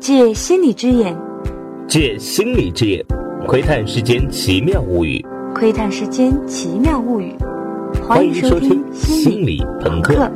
借心理之眼， 借心理之眼，窥探世间奇妙物语。 窥探世间奇妙物语。 欢迎收听心理朋克。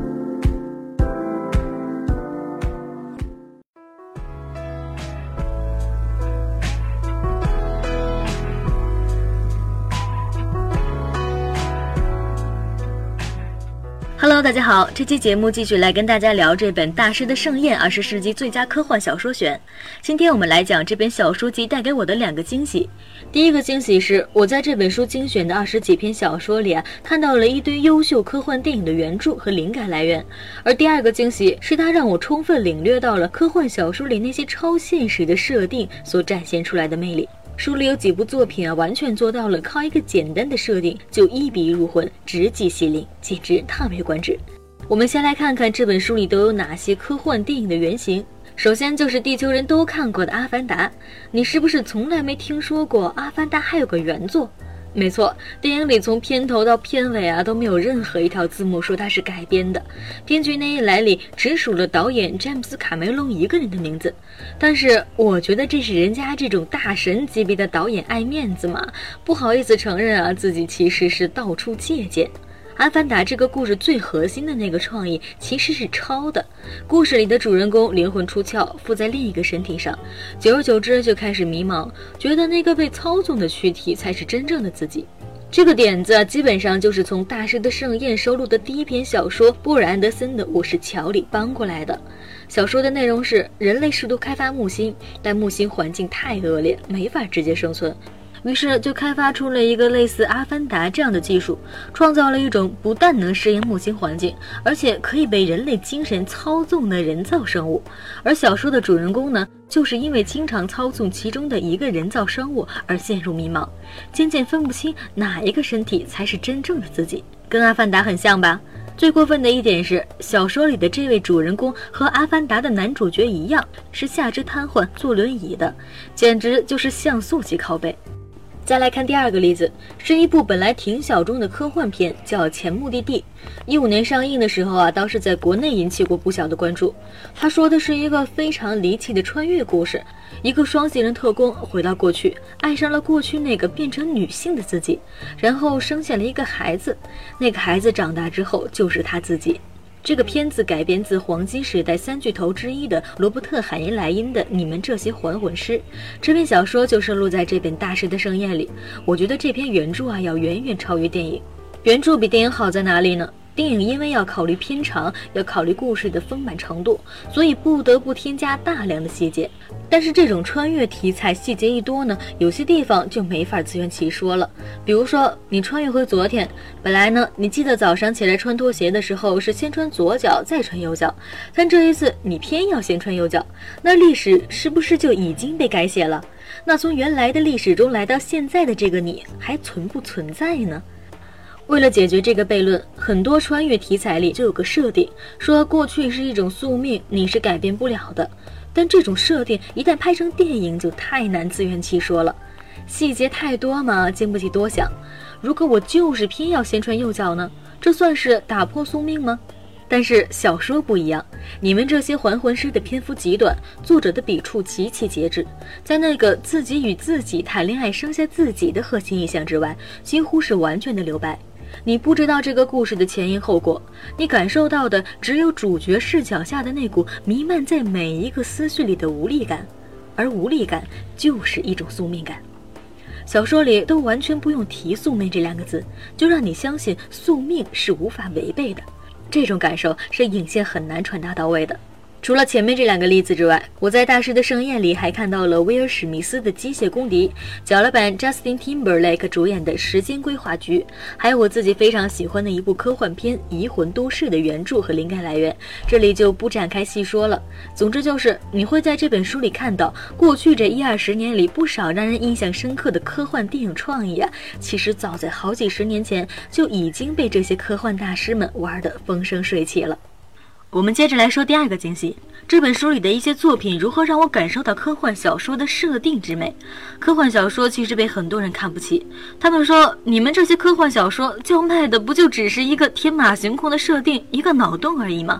Hello， 大家好，这期节目继续来跟大家聊这本《大师的盛宴：20世纪最佳科幻小说选》。今天我们来讲这本小说集带给我的2个惊喜。第一个惊喜是我在这本书精选的20几篇小说里看到了一堆优秀科幻电影的原著和灵感来源。而第二个惊喜是它让我充分领略到了科幻小说里那些超现实的设定所展现出来的魅力。书里有几部作品完全做到了靠一个简单的设定就一笔入魂，直击心灵，简直叹为观止。我们先来看看这本书里都有哪些科幻电影的原型。首先就是地球人都看过的《阿凡达》，你是不是从来没听说过《阿凡达》还有个原作？没错，电影里从片头到片尾都没有任何一条字幕说它是改编的。编剧那一栏里只数了导演詹姆斯·卡梅隆一个人的名字。但是我觉得这是人家这种大神级别的导演爱面子嘛，不好意思承认自己其实是到处借鉴。阿凡达这个故事最核心的那个创意其实是抄的。故事里的主人公灵魂出窍，附在另一个身体上，久而久之就开始迷茫，觉得那个被操纵的躯体才是真正的自己。这个点子基本上就是从《大师的盛宴》收录的第一篇小说波尔安德森的《我是乔》里搬过来的。小说的内容是人类试图开发木星，但木星环境太恶劣，没法直接生存，于是就开发出了一个类似阿凡达这样的技术，创造了一种不但能适应木星环境，而且可以被人类精神操纵的人造生物。而小说的主人公呢，就是因为经常操纵其中的一个人造生物而陷入迷茫，渐渐分不清哪一个身体才是真正的自己。跟阿凡达很像吧？最过分的一点是，小说里的这位主人公和阿凡达的男主角一样，是下肢瘫痪坐轮椅的，简直就是像素级拷贝。再来看第二个例子，是一部本来挺小众的科幻片，叫《前目的地》。15年上映的时候倒是在国内引起过不小的关注。他说的是一个非常离奇的穿越故事，一个双性人特工回到过去，爱上了过去那个变成女性的自己，然后生下了一个孩子，那个孩子长大之后就是他自己。这个片子改编自黄金时代3巨头之一的罗伯特·海因莱因的《你们这些还魂师》，这篇小说就收录在这本《大师的盛宴》里。我觉得这篇原著要远远超越电影。原著比电影好在哪里呢？电影因为要考虑片长，要考虑故事的丰满程度，所以不得不添加大量的细节。但是这种穿越题材细节一多呢，有些地方就没法自圆其说了。比如说你穿越回昨天，本来呢你记得早上起来穿拖鞋的时候是先穿左脚再穿右脚，但这一次你偏要先穿右脚，那历史是不是就已经被改写了？那从原来的历史中来到现在的这个你还存不存在呢？为了解决这个悖论，很多穿越题材里就有个设定，说过去是一种宿命，你是改变不了的。但这种设定一旦拍成电影就太难自圆其说了，细节太多嘛，经不起多想。如果我就是偏要先穿右脚呢，这算是打破宿命吗？但是小说不一样，你们这些还魂师的篇幅极短，作者的笔触极其节制，在那个自己与自己谈恋爱生下自己的核心意象之外，几乎是完全的留白。你不知道这个故事的前因后果，你感受到的只有主角视角下的那股弥漫在每一个思绪里的无力感，而无力感就是一种宿命感。小说里都完全不用提宿命这2个字，就让你相信宿命是无法违背的。这种感受是影线很难传达到位的。除了前面这2个例子之外，我在《大师的盛宴》里还看到了威尔史密斯的《机械公敌》，角老板 Justin Timberlake 主演的《时间规划局》，还有我自己非常喜欢的一部科幻片《移魂都市》的原著和灵感来源，这里就不展开细说了。总之就是你会在这本书里看到，过去这10-20年里不少让人印象深刻的科幻电影创意其实早在好几十年前就已经被这些科幻大师们玩得风生水起了。我们接着来说第2个惊喜，这本书里的一些作品如何让我感受到科幻小说的设定之美。科幻小说其实被很多人看不起，他们说你们这些科幻小说叫卖的不就只是一个天马行空的设定，一个脑洞而已吗？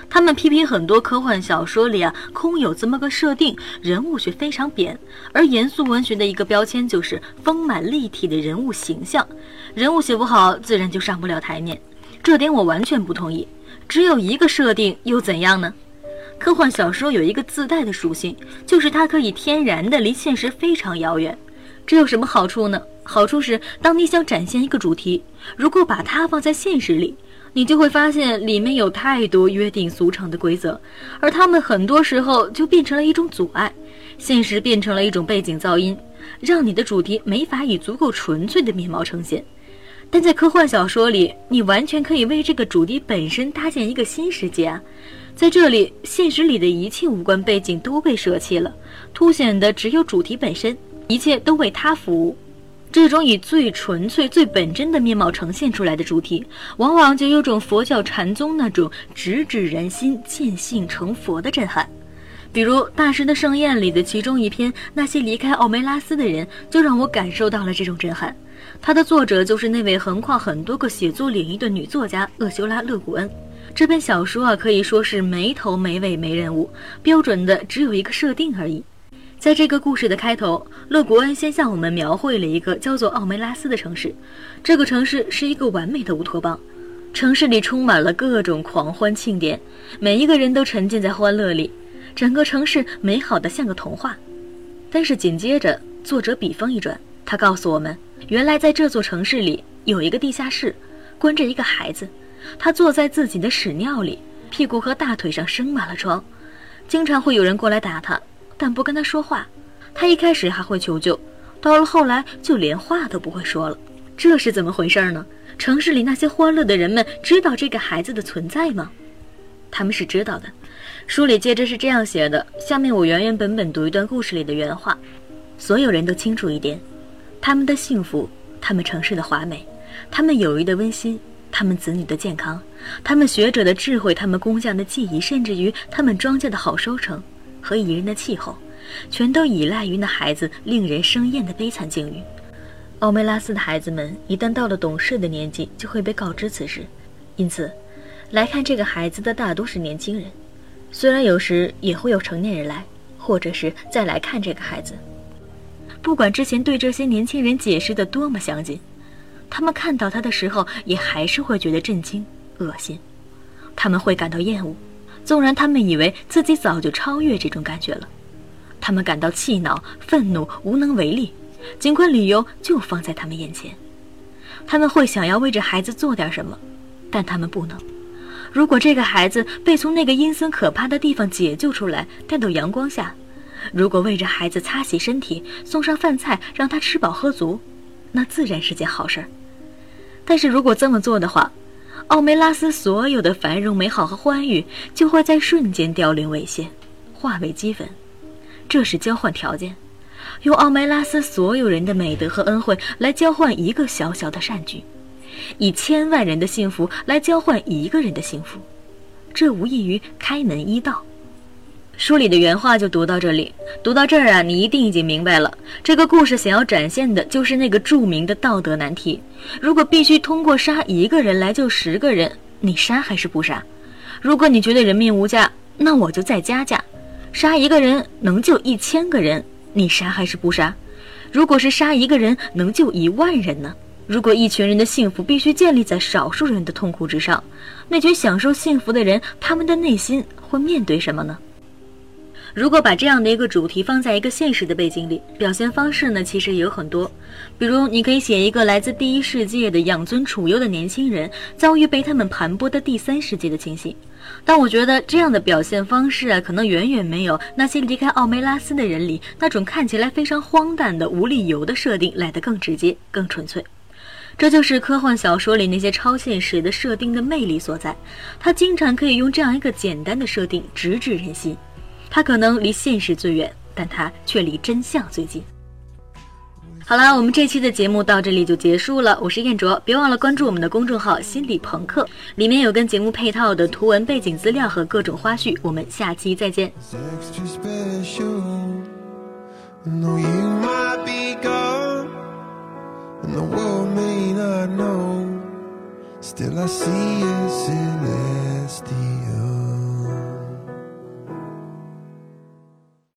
他们批评很多科幻小说里空有这么个设定，人物却非常扁，而严肃文学的一个标签就是丰满立体的人物形象，人物写不好自然就上不了台面。这点我完全不同意，只有一个设定又怎样呢？科幻小说有一个自带的属性，就是它可以天然的离现实非常遥远。这有什么好处呢？好处是当你想展现一个主题，如果把它放在现实里，你就会发现里面有太多约定俗成的规则，而它们很多时候就变成了一种阻碍，现实变成了一种背景噪音，让你的主题没法以足够纯粹的面貌呈现。但在科幻小说里，你完全可以为这个主题本身搭建一个新世界啊！在这里，现实里的一切无关背景都被舍弃了，凸显的只有主题本身，一切都为它服务。这种以最纯粹、最本真的面貌呈现出来的主题，往往就有种佛教禅宗那种直指人心、见性成佛的震撼。比如《大师的盛宴》里的其中一篇《那些离开奥梅拉斯的人》，就让我感受到了这种震撼。它的作者就是那位横跨很多个写作领域的女作家厄修拉·勒古恩。这本小说可以说是没头没尾没人物，标准的只有一个设定而已。在这个故事的开头，勒古恩先向我们描绘了一个叫做奥梅拉斯的城市。这个城市是一个完美的乌托邦，城市里充满了各种狂欢庆典，每一个人都沉浸在欢乐里，整个城市美好的像个童话。但是紧接着，作者笔锋一转，他告诉我们，原来在这座城市里有一个地下室，关着一个孩子，他坐在自己的屎尿里，屁股和大腿上生满了疮，经常会有人过来打他，但不跟他说话。他一开始还会求救，到了后来就连话都不会说了。这是怎么回事呢？城市里那些欢乐的人们知道这个孩子的存在吗？他们是知道的。书里接着是这样写的，下面我原原本本读一段故事里的原话。所有人都清楚一点，他们的幸福，他们城市的华美，他们友谊的温馨，他们子女的健康，他们学者的智慧，他们工匠的技艺，甚至于他们庄稼的好收成和宜人的气候，全都依赖于那孩子令人生厌的悲惨境遇。奥梅拉斯的孩子们一旦到了懂事的年纪，就会被告知此事，因此来看这个孩子的大多是年轻人，虽然有时也会有成年人来，或者是再来看这个孩子。不管之前对这些年轻人解释的多么详尽，他们看到他的时候也还是会觉得震惊、恶心，他们会感到厌恶，纵然他们以为自己早就超越这种感觉了。他们感到气恼、愤怒、无能为力，尽管理由就放在他们眼前。他们会想要为这孩子做点什么，但他们不能。如果这个孩子被从那个阴森可怕的地方解救出来，带到阳光下，如果为这孩子擦洗身体，送上饭菜，让他吃饱喝足，那自然是件好事。但是如果这么做的话，奥梅拉斯所有的繁荣美好和欢愉就会在瞬间凋零猥亵，化为齑粉。这是交换条件，用奥梅拉斯所有人的美德和恩惠来交换一个小小的善举，以千万人的幸福来交换一个人的幸福，这无异于开门一道。书里的原话就读到这里，读到这儿你一定已经明白了，这个故事想要展现的就是那个著名的道德难题。如果必须通过杀一个人来救10个人，你杀还是不杀？如果你觉得人命无价，那我就再加价，杀一个人能救1000个人，你杀还是不杀？如果是杀一个人能救10000人呢？如果一群人的幸福必须建立在少数人的痛苦之上，那群享受幸福的人，他们的内心会面对什么呢？如果把这样的一个主题放在一个现实的背景里，表现方式呢其实也有很多。比如你可以写一个来自第一世界的养尊处优的年轻人遭遇被他们盘剥的第三世界的情形，但我觉得这样的表现方式可能远远没有那些离开奥梅拉斯的人里那种看起来非常荒诞的无理由的设定来得更直接、更纯粹。这就是科幻小说里那些超现实的设定的魅力所在，它经常可以用这样一个简单的设定直指人心。它可能离现实最远，但它却离真相最近。好了，我们这期的节目到这里就结束了，我是燕卓，别忘了关注我们的公众号心理朋克，里面有跟节目配套的图文背景资料和各种花絮，我们下期再见。 Still I see a celestial